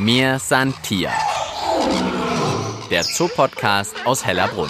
Mir san Tier, der Zoopodcast aus Hellerbrunn.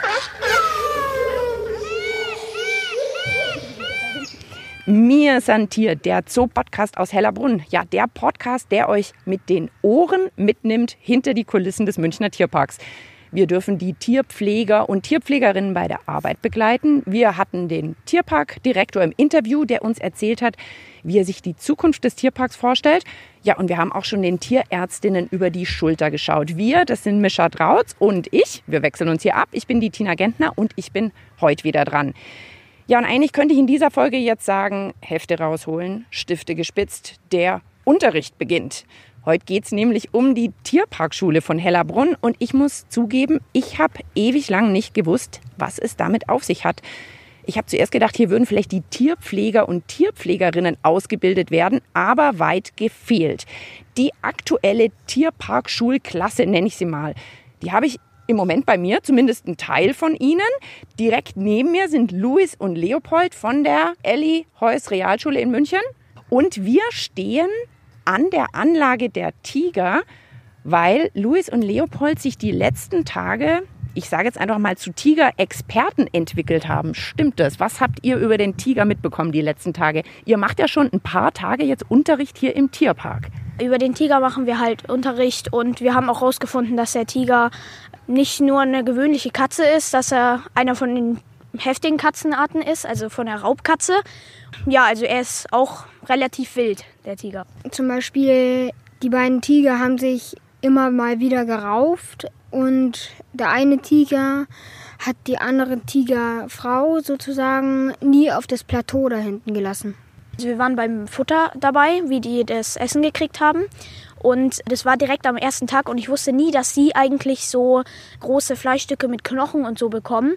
Mir san Tier, der Zoopodcast aus Hellerbrunn. Ja, der Podcast, der euch mit den Ohren mitnimmt hinter die Kulissen des Münchner Tierparks. Wir dürfen die Tierpfleger und Tierpflegerinnen bei der Arbeit begleiten. Wir hatten den Tierparkdirektor im Interview, der uns erzählt hat, wie er sich die Zukunft des Tierparks vorstellt. Ja, und wir haben auch schon den Tierärztinnen über die Schulter geschaut. Wir, das sind Mischa Drautz und ich. Wir wechseln uns hier ab. Ich bin die Tina Gentner und ich bin heute wieder dran. Ja, und eigentlich könnte ich in dieser Folge jetzt sagen, Hefte rausholen, Stifte gespitzt, der Unterricht beginnt. Heute geht es nämlich um die Tierparkschule von Hellerbrunn und ich muss zugeben, ich habe ewig lang nicht gewusst, was es damit auf sich hat. Ich habe zuerst gedacht, hier würden vielleicht die Tierpfleger und Tierpflegerinnen ausgebildet werden, aber weit gefehlt. Die aktuelle Tierparkschulklasse, nenne ich sie mal, die habe ich im Moment bei mir, zumindest ein Teil von ihnen. Direkt neben mir sind Louis und Leopold von der Elli Heuss Realschule in München. Und wir stehen an der Anlage der Tiger, weil Louis und Leopold sich die letzten Tage, ich sage jetzt einfach mal, zu Tiger-Experten entwickelt haben. Stimmt das? Was habt ihr über den Tiger mitbekommen die letzten Tage? Ihr macht ja schon ein paar Tage jetzt Unterricht hier im Tierpark. Über den Tiger machen wir halt Unterricht und wir haben auch herausgefunden, dass der Tiger nicht nur eine gewöhnliche Katze ist, dass er einer von den heftigen Katzenarten ist, also von der Raubkatze. Ja, also er ist auch relativ wild, der Tiger. Zum Beispiel, die beiden Tiger haben sich immer mal wieder gerauft und der eine Tiger hat die andere Tigerfrau sozusagen nie auf das Plateau da hinten gelassen. Also wir waren beim Futter dabei, wie die das Essen gekriegt haben. Und das war direkt am ersten Tag und ich wusste nie, dass sie eigentlich so große Fleischstücke mit Knochen und so bekommen.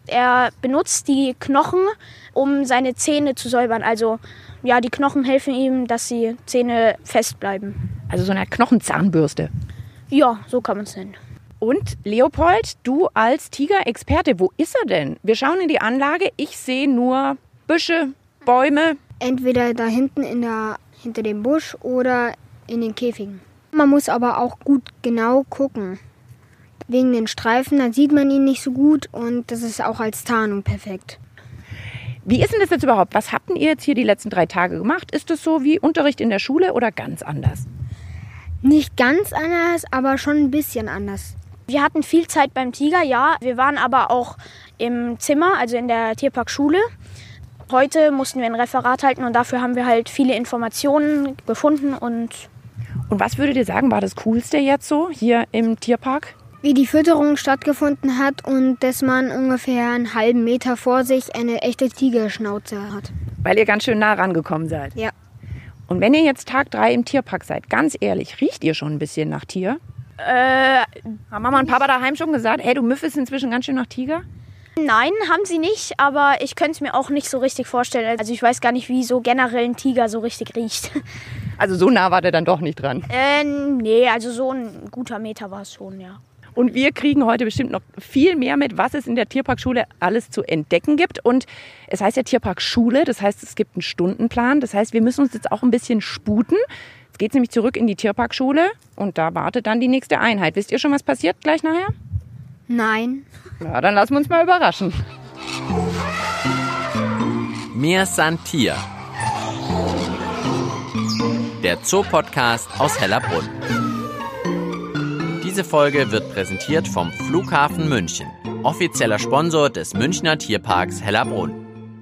Er benutzt die Knochen, um seine Zähne zu säubern. Also ja, die Knochen helfen ihm, dass die Zähne fest bleiben. Also so eine Knochenzahnbürste. Ja, so kann man es nennen. Und Leopold, du als Tigerexperte, wo ist er denn? Wir schauen in die Anlage, ich sehe nur Büsche, Bäume. Entweder da hinten hinter dem Busch oder in den Käfigen. Man muss aber auch gut genau gucken. Wegen den Streifen, dann sieht man ihn nicht so gut und das ist auch als Tarnung perfekt. Wie ist denn das jetzt überhaupt? Was habt ihr jetzt hier die letzten 3 Tage gemacht? Ist das so wie Unterricht in der Schule oder ganz anders? Nicht ganz anders, aber schon ein bisschen anders. Wir hatten viel Zeit beim Tiger, ja. Wir waren aber auch im Zimmer, also in der Tierparkschule. Heute mussten wir ein Referat halten und dafür haben wir halt viele Informationen gefunden. Und was würdet ihr sagen, war das Coolste jetzt so hier im Tierpark? Wie die Fütterung stattgefunden hat und dass man ungefähr einen halben Meter vor sich eine echte Tigerschnauze hat. Weil ihr ganz schön nah rangekommen seid? Ja. Und wenn ihr jetzt Tag 3 im Tierpark seid, ganz ehrlich, riecht ihr schon ein bisschen nach Tier? Haben Mama und Papa daheim schon gesagt, hey, du müffelst inzwischen ganz schön nach Tiger? Nein, haben sie nicht, aber ich könnte es mir auch nicht so richtig vorstellen. Also ich weiß gar nicht, wie so generell ein Tiger so richtig riecht. Also so nah war der dann doch nicht dran? Nee, also so ein guter Meter war es schon, ja. Und wir kriegen heute bestimmt noch viel mehr mit, was es in der Tierparkschule alles zu entdecken gibt. Und es heißt ja Tierparkschule, das heißt, es gibt einen Stundenplan. Das heißt, wir müssen uns jetzt auch ein bisschen sputen. Jetzt geht es nämlich zurück in die Tierparkschule und da wartet dann die nächste Einheit. Wisst ihr schon, was passiert gleich nachher? Nein. Ja, dann lassen wir uns mal überraschen. Mir san Tier, der Zoopodcast aus Hellerbrunn. Diese Folge wird präsentiert vom Flughafen München, offizieller Sponsor des Münchner Tierparks Hellerbrunn.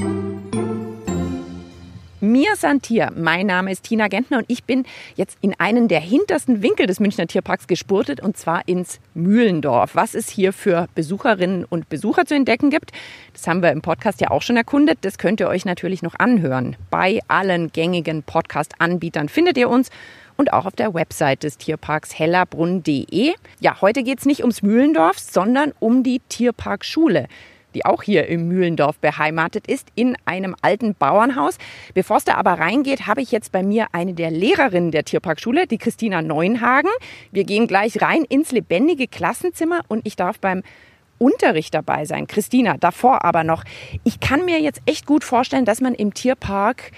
Mir san Tier, mein Name ist Tina Gentner und ich bin jetzt in einen der hintersten Winkel des Münchner Tierparks gespurtet und zwar ins Mühlendorf. Was es hier für Besucherinnen und Besucher zu entdecken gibt, das haben wir im Podcast ja auch schon erkundet. Das könnt ihr euch natürlich noch anhören. Bei allen gängigen Podcast-Anbietern findet ihr uns und auch auf der Website des Tierparks hellerbrunn.de. Ja, heute geht es nicht ums Mühlendorf, sondern um die Tierparkschule, die auch hier im Mühlendorf beheimatet ist, in einem alten Bauernhaus. Bevor es da aber reingeht, habe ich jetzt bei mir eine der Lehrerinnen der Tierparkschule, die Christina Neuenhagen. Wir gehen gleich rein ins lebendige Klassenzimmer und ich darf beim Unterricht dabei sein. Christina, davor aber noch, ich kann mir jetzt echt gut vorstellen, dass man im Tierpark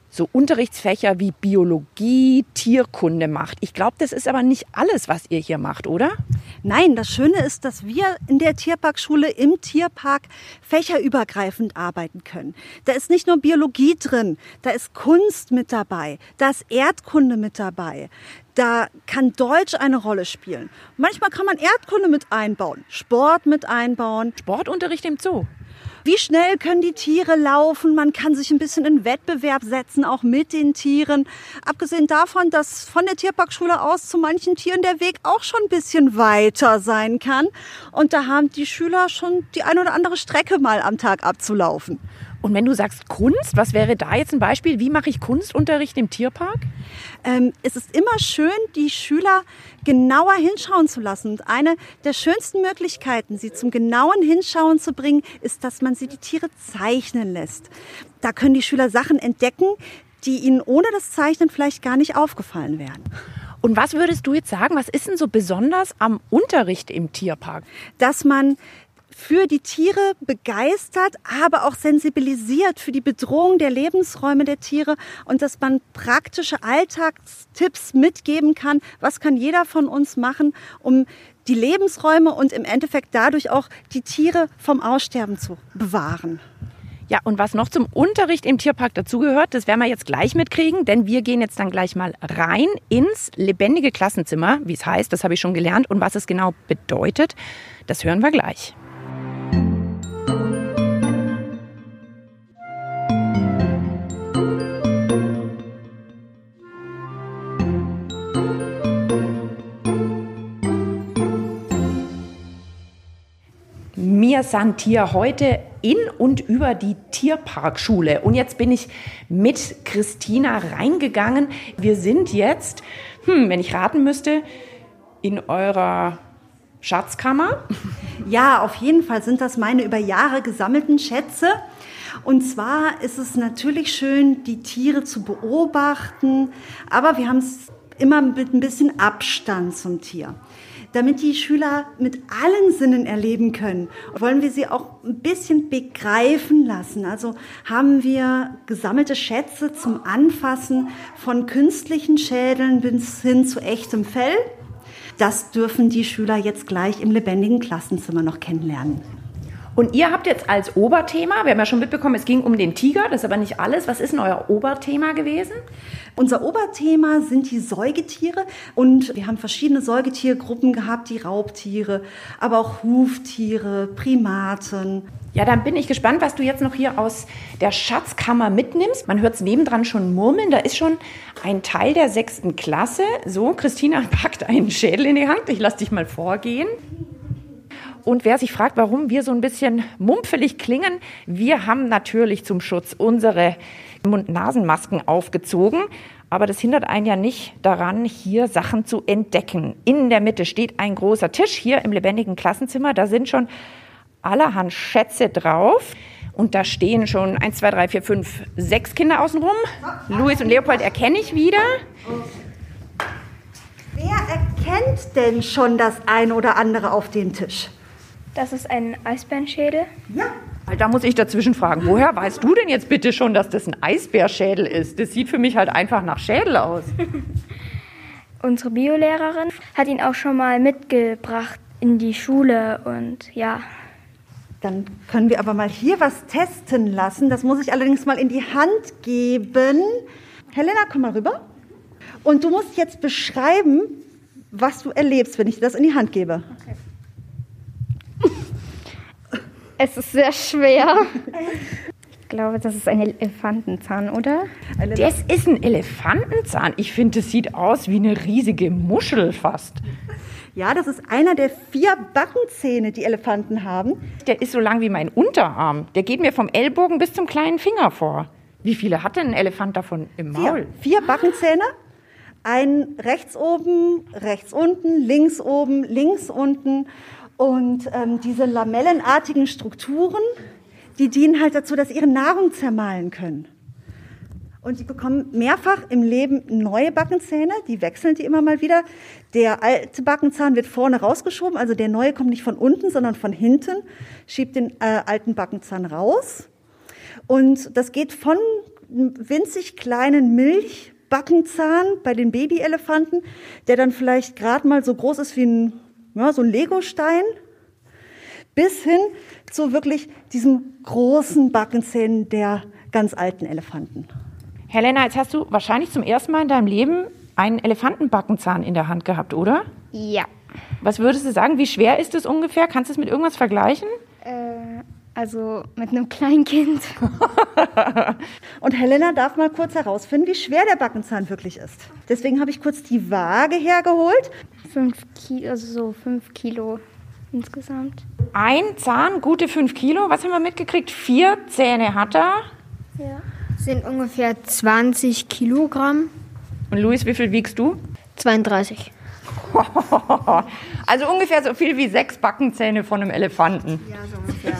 so Unterrichtsfächer wie Biologie, Tierkunde macht. Ich glaube, das ist aber nicht alles, was ihr hier macht, oder? Nein, das Schöne ist, dass wir in der Tierparkschule im Tierpark fächerübergreifend arbeiten können. Da ist nicht nur Biologie drin, da ist Kunst mit dabei, da ist Erdkunde mit dabei. Da kann Deutsch eine Rolle spielen. Manchmal kann man Erdkunde mit einbauen, Sport mit einbauen. Sportunterricht im Zoo. Wie schnell können die Tiere laufen? Man kann sich ein bisschen in Wettbewerb setzen, auch mit den Tieren. Abgesehen davon, dass von der Tierparkschule aus zu manchen Tieren der Weg auch schon ein bisschen weiter sein kann. Und da haben die Schüler schon die eine oder andere Strecke mal am Tag abzulaufen. Und wenn du sagst Kunst, was wäre da jetzt ein Beispiel? Wie mache ich Kunstunterricht im Tierpark? Es ist immer schön, die Schüler genauer hinschauen zu lassen. Und eine der schönsten Möglichkeiten, sie zum genauen Hinschauen zu bringen, ist, dass man sie die Tiere zeichnen lässt. Da können die Schüler Sachen entdecken, die ihnen ohne das Zeichnen vielleicht gar nicht aufgefallen wären. Und was würdest du jetzt sagen, was ist denn so besonders am Unterricht im Tierpark? Dass man für die Tiere begeistert, aber auch sensibilisiert für die Bedrohung der Lebensräume der Tiere und dass man praktische Alltagstipps mitgeben kann. Was kann jeder von uns machen, um die Lebensräume und im Endeffekt dadurch auch die Tiere vom Aussterben zu bewahren? Ja, und was noch zum Unterricht im Tierpark dazugehört, das werden wir jetzt gleich mitkriegen, denn wir gehen jetzt dann gleich mal rein ins lebendige Klassenzimmer, wie es heißt, das habe ich schon gelernt und was es genau bedeutet, das hören wir gleich. Wir sind hier heute in und über die Tierparkschule. Und jetzt bin ich mit Christina reingegangen. Wir sind jetzt, wenn ich raten müsste, in eurer Schatzkammer. Ja, auf jeden Fall sind das meine über Jahre gesammelten Schätze. Und zwar ist es natürlich schön, die Tiere zu beobachten, aber wir haben es immer mit ein bisschen Abstand zum Tier. Damit die Schüler mit allen Sinnen erleben können, wollen wir sie auch ein bisschen begreifen lassen. Also haben wir gesammelte Schätze zum Anfassen von künstlichen Schädeln bis hin zu echtem Fell. Das dürfen die Schüler jetzt gleich im lebendigen Klassenzimmer noch kennenlernen. Und ihr habt jetzt als Oberthema, wir haben ja schon mitbekommen, es ging um den Tiger, das ist aber nicht alles. Was ist denn euer Oberthema gewesen? Unser Oberthema sind die Säugetiere und wir haben verschiedene Säugetiergruppen gehabt, die Raubtiere, aber auch Huftiere, Primaten. Ja, dann bin ich gespannt, was du jetzt noch hier aus der Schatzkammer mitnimmst. Man hört es nebendran schon murmeln, da ist schon ein Teil der 6. Klasse. So, Christina packt einen Schädel in die Hand, ich lasse dich mal vorgehen. Und wer sich fragt, warum wir so ein bisschen mumpfelig klingen, wir haben natürlich zum Schutz unsere Mund-Nasen-Masken aufgezogen. Aber das hindert einen ja nicht daran, hier Sachen zu entdecken. In der Mitte steht ein großer Tisch hier im lebendigen Klassenzimmer. Da sind schon allerhand Schätze drauf. Und da stehen schon 1, 2, 3, 4, 5, 6 Kinder außenrum. Luis und Leopold erkenne ich wieder. Wer erkennt denn schon das eine oder andere auf dem Tisch? Das ist ein Eisbärenschädel. Ja. Da muss ich dazwischen fragen, woher weißt du denn jetzt bitte schon, dass das ein Eisbärschädel ist? Das sieht für mich halt einfach nach Schädel aus. Unsere Biolehrerin hat ihn auch schon mal mitgebracht in die Schule und ja. Dann können wir aber mal hier was testen lassen. Das muss ich allerdings mal in die Hand geben. Helena, komm mal rüber. Und du musst jetzt beschreiben, was du erlebst, wenn ich dir das in die Hand gebe. Okay. Es ist sehr schwer. Ich glaube, das ist ein Elefantenzahn, oder? Das ist ein Elefantenzahn. Ich finde, das sieht aus wie eine riesige Muschel fast. Ja, das ist einer der 4 Backenzähne, die Elefanten haben. Der ist so lang wie mein Unterarm. Der geht mir vom Ellbogen bis zum kleinen Finger vor. Wie viele hat denn ein Elefant davon im Maul? 4 Backenzähne. Ein rechts oben, rechts unten, links oben, links unten. Und diese lamellenartigen Strukturen, die dienen halt dazu, dass sie ihre Nahrung zermahlen können. Und die bekommen mehrfach im Leben neue Backenzähne, die wechseln die immer mal wieder. Der alte Backenzahn wird vorne rausgeschoben, also der neue kommt nicht von unten, sondern von hinten, schiebt den alten Backenzahn raus. Und das geht von einen winzig kleinen Milchbackenzahn bei den Babyelefanten, der dann vielleicht gerade mal so groß ist wie so ein Legostein, bis hin zu wirklich diesem großen Backenzähnen der ganz alten Elefanten. Helena, jetzt hast du wahrscheinlich zum ersten Mal in deinem Leben einen Elefantenbackenzahn in der Hand gehabt, oder? Ja. Was würdest du sagen, wie schwer ist es ungefähr? Kannst du es mit irgendwas vergleichen? Also mit einem Kleinkind. Und Helena darf mal kurz herausfinden, wie schwer der Backenzahn wirklich ist. Deswegen habe ich kurz die Waage hergeholt. 5 Kilo, also so 5 Kilo insgesamt. Ein Zahn, gute 5 Kilo. Was haben wir mitgekriegt? 4 Zähne hat er. Ja. Sind ungefähr 20 Kilogramm. Und Luis, wie viel wiegst du? 32. Also ungefähr so viel wie 6 Backenzähne von einem Elefanten. Ja, so ungefähr.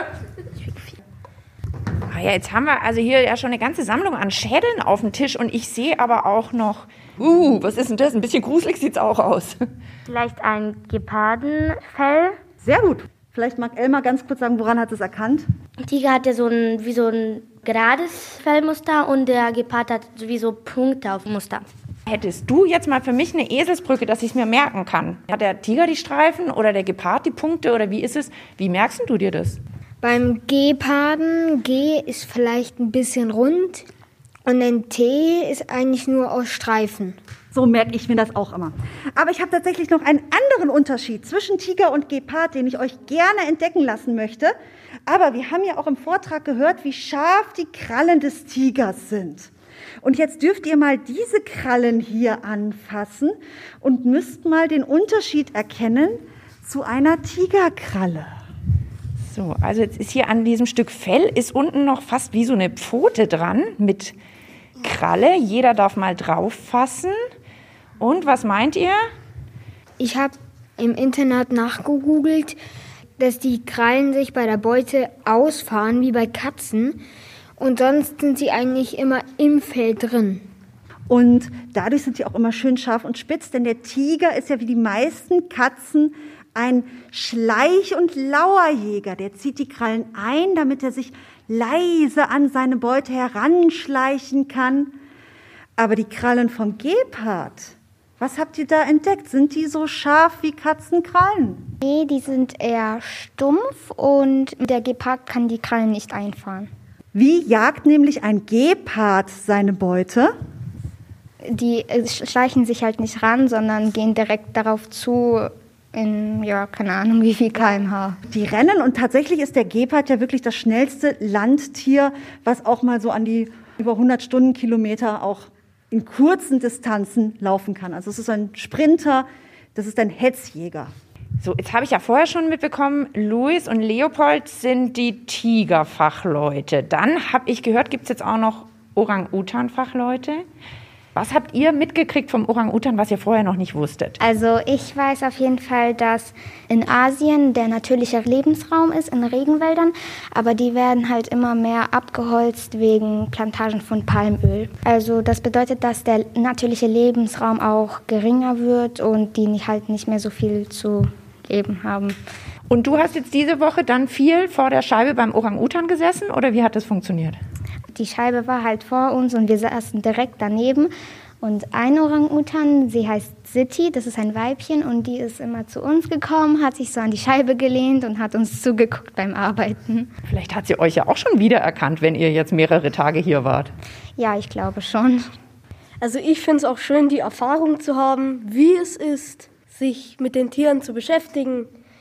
Ah ja, jetzt haben wir also hier ja schon eine ganze Sammlung an Schädeln auf dem Tisch und ich sehe aber auch noch, was ist denn das? Ein bisschen gruselig sieht es auch aus. Vielleicht ein Gepardenfell. Sehr gut. Vielleicht mag Elmar ganz kurz sagen, woran hat es erkannt? Der Tiger hat ja so ein gerades Fellmuster und der Gepard hat sowieso Punkte auf dem Muster. Hättest du jetzt mal für mich eine Eselsbrücke, dass ich es mir merken kann? Hat der Tiger die Streifen oder der Gepard die Punkte oder wie ist es? Wie merkst du dir das? Beim Geparden, G ist vielleicht ein bisschen rund und ein T ist eigentlich nur aus Streifen. So merke ich mir das auch immer. Aber ich habe tatsächlich noch einen anderen Unterschied zwischen Tiger und Gepard, den ich euch gerne entdecken lassen möchte. Aber wir haben ja auch im Vortrag gehört, wie scharf die Krallen des Tigers sind. Und jetzt dürft ihr mal diese Krallen hier anfassen und müsst mal den Unterschied erkennen zu einer Tigerkralle. So, also jetzt ist hier an diesem Stück Fell ist unten noch fast wie so eine Pfote dran mit Kralle. Jeder darf mal drauf fassen. Und was meint ihr? Ich habe im Internet nachgegoogelt, dass die Krallen sich bei der Beute ausfahren, wie bei Katzen. Und sonst sind sie eigentlich immer im Fell drin. Und dadurch sind sie auch immer schön scharf und spitz, denn der Tiger ist ja wie die meisten Katzen ein Schleich- und Lauerjäger. Der zieht die Krallen ein, damit er sich leise an seine Beute heranschleichen kann. Aber die Krallen vom Gepard, was habt ihr da entdeckt? Sind die so scharf wie Katzenkrallen? Nee, die sind eher stumpf und der Gepard kann die Krallen nicht einfahren. Wie jagt nämlich ein Gepard seine Beute? Die schleichen sich halt nicht ran, sondern gehen direkt darauf zu in, keine Ahnung, wie viel km/h. Die rennen und tatsächlich ist der Gepard ja wirklich das schnellste Landtier, was auch mal so an die über 100 Stundenkilometer auch in kurzen Distanzen laufen kann. Also es ist ein Sprinter, das ist ein Hetzjäger. So, jetzt habe ich ja vorher schon mitbekommen, Luis und Leopold sind die Tigerfachleute. Dann habe ich gehört, gibt es jetzt auch noch Orang-Utan-Fachleute. Was habt ihr mitgekriegt vom Orang-Utan, was ihr vorher noch nicht wusstet? Also ich weiß auf jeden Fall, dass in Asien der natürliche Lebensraum ist, in Regenwäldern. Aber die werden halt immer mehr abgeholzt wegen Plantagen von Palmöl. Also das bedeutet, dass der natürliche Lebensraum auch geringer wird und die halt nicht mehr so viel zu leben haben. Und du hast jetzt diese Woche dann viel vor der Scheibe beim Orang-Utan gesessen oder wie hat das funktioniert? Die Scheibe war halt vor uns und wir saßen direkt daneben. Und ein Orang-Utan, sie heißt Siti, das ist ein Weibchen und die ist immer zu uns gekommen, hat sich so an die Scheibe gelehnt und hat uns zugeguckt beim Arbeiten. Vielleicht hat sie euch ja auch schon wiedererkannt, wenn ihr jetzt mehrere Tage hier wart. Ja, ich glaube schon. Also ich finde es auch schön, die Erfahrung zu haben, wie es ist, sich mit den Tieren zu beschäftigen,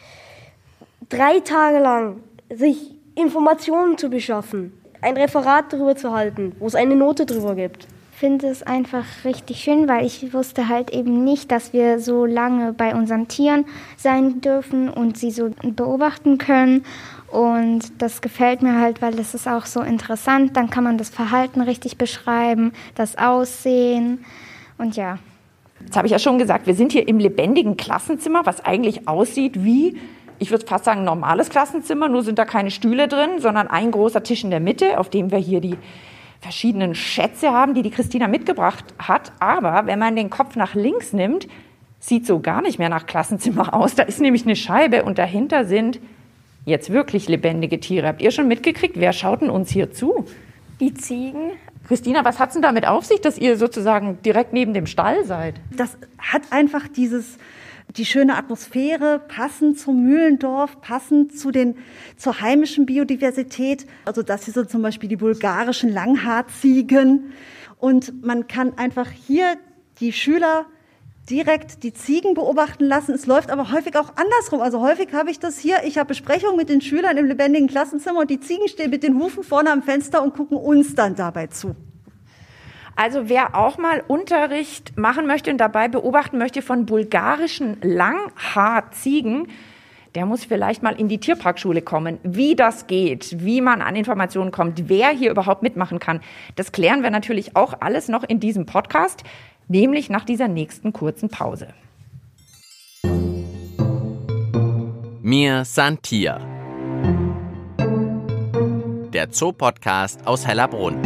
3 Tage lang sich Informationen zu beschaffen, ein Referat darüber zu halten, wo es eine Note drüber gibt. Ich finde es einfach richtig schön, weil ich wusste halt eben nicht, dass wir so lange bei unseren Tieren sein dürfen und sie so beobachten können. Und das gefällt mir halt, weil das ist auch so interessant. Dann kann man das Verhalten richtig beschreiben, das Aussehen und ja. Jetzt habe ich ja schon gesagt, wir sind hier im lebendigen Klassenzimmer, was eigentlich aussieht wie, ich würde fast sagen, ein normales Klassenzimmer, nur sind da keine Stühle drin, sondern ein großer Tisch in der Mitte, auf dem wir hier die verschiedenen Schätze haben, die Christina mitgebracht hat. Aber wenn man den Kopf nach links nimmt, sieht so gar nicht mehr nach Klassenzimmer aus. Da ist nämlich eine Scheibe und dahinter sind jetzt wirklich lebendige Tiere. Habt ihr schon mitgekriegt, wer schaut denn uns hier zu? Die Ziegen, Christina, was hat es denn damit auf sich, dass ihr sozusagen direkt neben dem Stall seid? Das hat einfach die schöne Atmosphäre, passend zum Mühlendorf, passend zur heimischen Biodiversität. Also das hier sind zum Beispiel die bulgarischen Langhaarziegen. Und man kann einfach hier die Schüler direkt die Ziegen beobachten lassen. Es läuft aber häufig auch andersrum. Also häufig habe ich das hier, ich habe Besprechungen mit den Schülern im lebendigen Klassenzimmer und die Ziegen stehen mit den Hufen vorne am Fenster und gucken uns dann dabei zu. Also wer auch mal Unterricht machen möchte und dabei beobachten möchte von bulgarischen Langhaarziegen, der muss vielleicht mal in die Tierparkschule kommen. Wie das geht, wie man an Informationen kommt, wer hier überhaupt mitmachen kann, das klären wir natürlich auch alles noch in diesem Podcast, nämlich nach dieser nächsten kurzen Pause. Mir san Tier. Der Zoo-Podcast aus Hellerbrunn.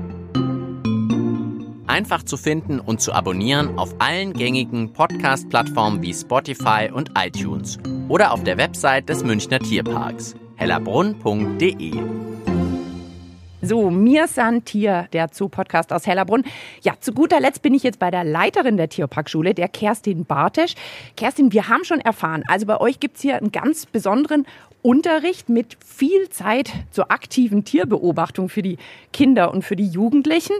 Einfach zu finden und zu abonnieren auf allen gängigen Podcast-Plattformen wie Spotify und iTunes oder auf der Website des Münchner Tierparks hellerbrunn.de. So, Mir san Tier, der Zoo-Podcast aus Hellerbrunn. Ja, zu guter Letzt bin ich jetzt bei der Leiterin der Tierparkschule, der Kerstin Bartesch. Kerstin, wir haben schon erfahren, also bei euch gibt's hier einen ganz besonderen Unterricht mit viel Zeit zur aktiven Tierbeobachtung für die Kinder und für die Jugendlichen.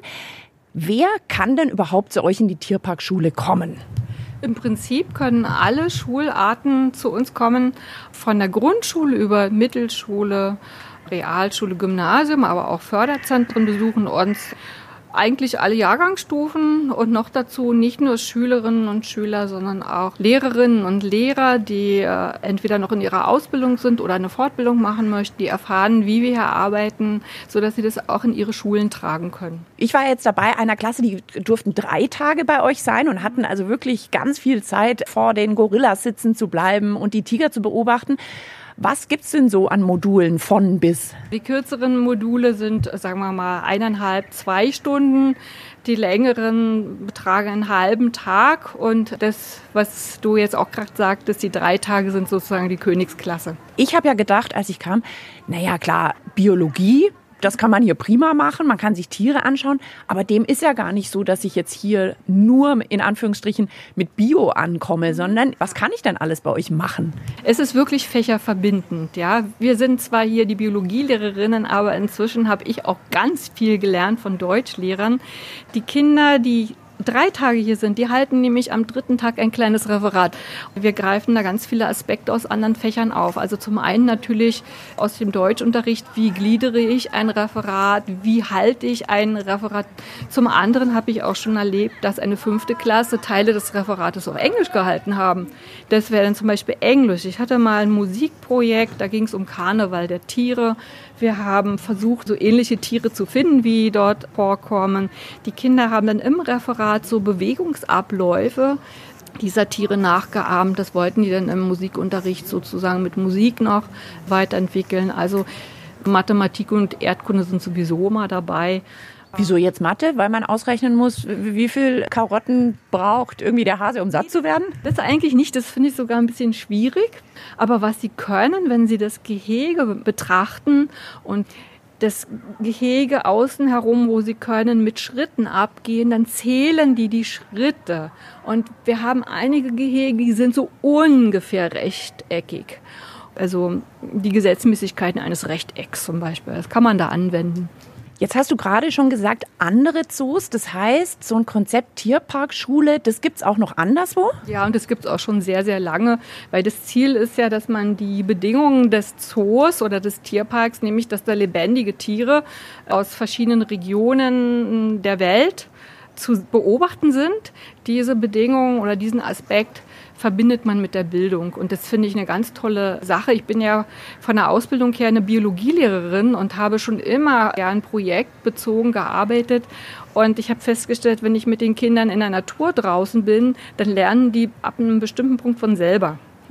Wer kann denn überhaupt zu euch in die Tierparkschule kommen? Im Prinzip können alle Schularten zu uns kommen, von der Grundschule über Mittelschule, Realschule, Gymnasium, aber auch Förderzentren besuchen uns eigentlich alle Jahrgangsstufen und noch dazu nicht nur Schülerinnen und Schüler, sondern auch Lehrerinnen und Lehrer, die entweder noch in ihrer Ausbildung sind oder eine Fortbildung machen möchten, die erfahren, wie wir hier arbeiten, sodass sie das auch in ihre Schulen tragen können. Ich war jetzt dabei einer Klasse, die durften 3 Tage bei euch sein und hatten also wirklich ganz viel Zeit, vor den Gorillas sitzen zu bleiben und die Tiger zu beobachten. Was gibt's denn so an Modulen von bis? Die kürzeren Module sind, sagen wir mal, 1,5, 2 Stunden. Die längeren betragen einen halben Tag. Und das, was du jetzt auch gerade sagtest, die 3 Tage sind sozusagen die Königsklasse. Ich habe ja gedacht, als ich kam, naja klar, Biologie, das kann man hier prima machen, man kann sich Tiere anschauen, aber dem ist ja gar nicht so, dass ich jetzt hier nur in Anführungsstrichen mit Bio ankomme, sondern was kann ich denn alles bei euch machen? Es ist wirklich fächerverbindend, ja. Wir sind zwar hier die Biologielehrerinnen, aber inzwischen habe ich auch ganz viel gelernt von Deutschlehrern. Die Kinder, die 3 Tage hier sind, die halten nämlich am 3. Tag ein kleines Referat. Wir greifen da ganz viele Aspekte aus anderen Fächern auf. Also zum einen natürlich aus dem Deutschunterricht, wie gliedere ich ein Referat, wie halte ich ein Referat. Zum anderen habe ich auch schon erlebt, dass eine 5. Klasse Teile des Referates auf Englisch gehalten haben. Das wäre dann zum Beispiel Englisch. Ich hatte mal ein Musikprojekt, da ging es um Karneval der Tiere. Wir haben versucht, so ähnliche Tiere zu finden, wie dort vorkommen. Die Kinder haben dann im Referat so Bewegungsabläufe dieser Tiere nachgeahmt. Das wollten die dann im Musikunterricht sozusagen mit Musik noch weiterentwickeln. Also Mathematik und Erdkunde sind sowieso mal dabei. Wieso jetzt Mathe? Weil man ausrechnen muss, wie viel Karotten braucht irgendwie der Hase, um satt zu werden? Das eigentlich nicht, das finde ich sogar ein bisschen schwierig. Aber was sie können, wenn sie das Gehege betrachten und das Gehege außen herum, wo sie können, mit Schritten abgehen, dann zählen die Schritte. Und wir haben einige Gehege, die sind so ungefähr rechteckig. Also die Gesetzmäßigkeiten eines Rechtecks zum Beispiel, das kann man da anwenden. Jetzt hast du gerade schon gesagt, andere Zoos, das heißt, so ein Konzept Tierparkschule, das gibt's auch noch anderswo? Ja, und das gibt's auch schon sehr, sehr lange, weil das Ziel ist ja, dass man die Bedingungen des Zoos oder des Tierparks, nämlich dass da lebendige Tiere aus verschiedenen Regionen der Welt zu beobachten sind. Diese Bedingungen oder diesen Aspekt verbindet man mit der Bildung. Und das finde ich eine ganz tolle Sache. Ich bin ja von der Ausbildung her eine Biologielehrerin und habe schon immer gern projektbezogen gearbeitet. Und ich habe festgestellt, wenn ich mit den Kindern in der Natur draußen bin, dann lernen die ab einem bestimmten Punkt von selber.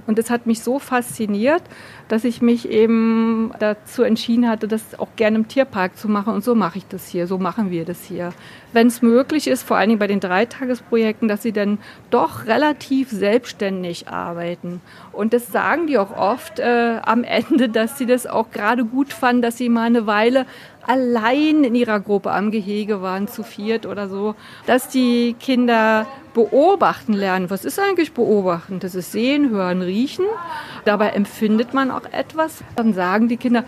Und das hat mich so fasziniert, dass ich mich eben dazu entschieden hatte, das auch gerne im Tierpark zu machen. Und so mache ich das hier, so machen wir das hier. Wenn es möglich ist, vor allen Dingen bei den 3-Tagesprojekten, dass sie dann doch relativ selbstständig arbeiten. Und das sagen die auch oft am Ende, dass sie das auch gerade gut fanden, dass sie mal eine Weile allein in ihrer Gruppe am Gehege waren, zu 4 oder so. Dass die Kinder beobachten lernen. Was ist eigentlich beobachten? Das ist sehen, hören, riechen. Dabei empfindet man auch etwas. Dann sagen die Kinder,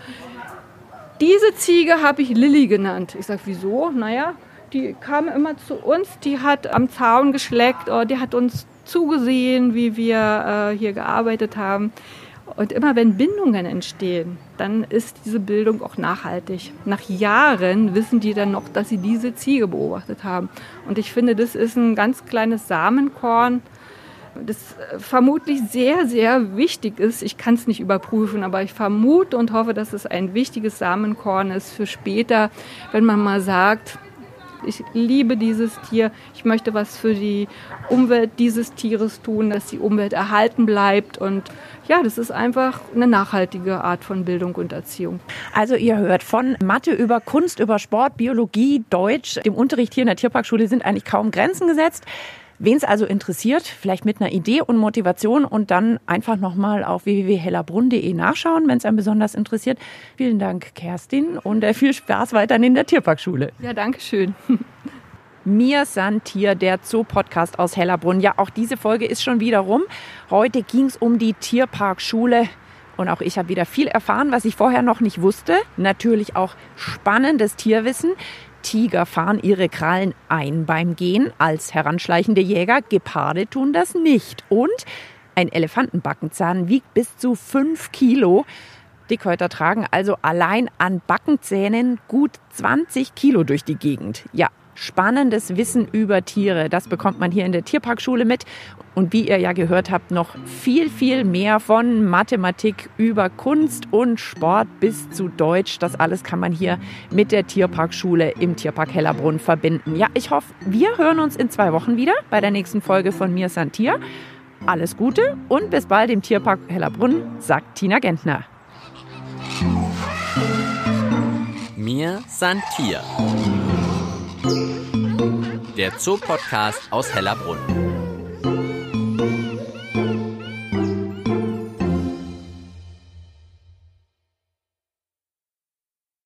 diese Ziege habe ich Lilly genannt. Ich sage, wieso? Naja, die kam immer zu uns, die hat am Zaun geschleckt, die hat uns zugesehen, wie wir hier gearbeitet haben. Und immer wenn Bindungen entstehen, dann ist diese Bildung auch nachhaltig. Nach Jahren wissen die dann noch, dass sie diese Ziege beobachtet haben. Und ich finde, das ist ein ganz kleines Samenkorn, das vermutlich sehr, sehr wichtig ist. Ich kann es nicht überprüfen, aber ich vermute und hoffe, dass es ein wichtiges Samenkorn ist für später, wenn man mal sagt, ich liebe dieses Tier, ich möchte was für die Umwelt dieses Tieres tun, dass die Umwelt erhalten bleibt. Und ja, das ist einfach eine nachhaltige Art von Bildung und Erziehung. Also ihr hört, von Mathe über Kunst, über Sport, Biologie, Deutsch, dem Unterricht hier in der Tierparkschule sind eigentlich kaum Grenzen gesetzt. Wen es also interessiert, vielleicht mit einer Idee und Motivation und dann einfach nochmal auf www.hellerbrunn.de nachschauen, wenn es einen besonders interessiert. Vielen Dank, Kerstin, und viel Spaß weiterhin in der Tierparkschule. Ja, danke schön. Mir san Tier, der Zoo-Podcast aus Hellerbrunn. Ja, auch diese Folge ist schon wieder rum. Heute ging es um die Tierparkschule. Und auch ich habe wieder viel erfahren, was ich vorher noch nicht wusste. Natürlich auch spannendes Tierwissen. Tiger fahren ihre Krallen ein beim Gehen als heranschleichende Jäger. Geparde tun das nicht. Und ein Elefantenbackenzahn wiegt bis zu 5 Kilo. Dickhäuter tragen also allein an Backenzähnen gut 20 Kilo durch die Gegend. Ja, spannendes Wissen über Tiere, das bekommt man hier in der Tierparkschule mit. Und wie ihr ja gehört habt, noch viel, viel mehr von Mathematik über Kunst und Sport bis zu Deutsch. Das alles kann man hier mit der Tierparkschule im Tierpark Hellerbrunn verbinden. Ja, ich hoffe, wir hören uns in 2 Wochen wieder bei der nächsten Folge von Mir san Tier. Alles Gute und bis bald im Tierpark Hellerbrunn, sagt Tina Gentner. Mir san Tier. Der Zoo-Podcast aus Hellerbrunn.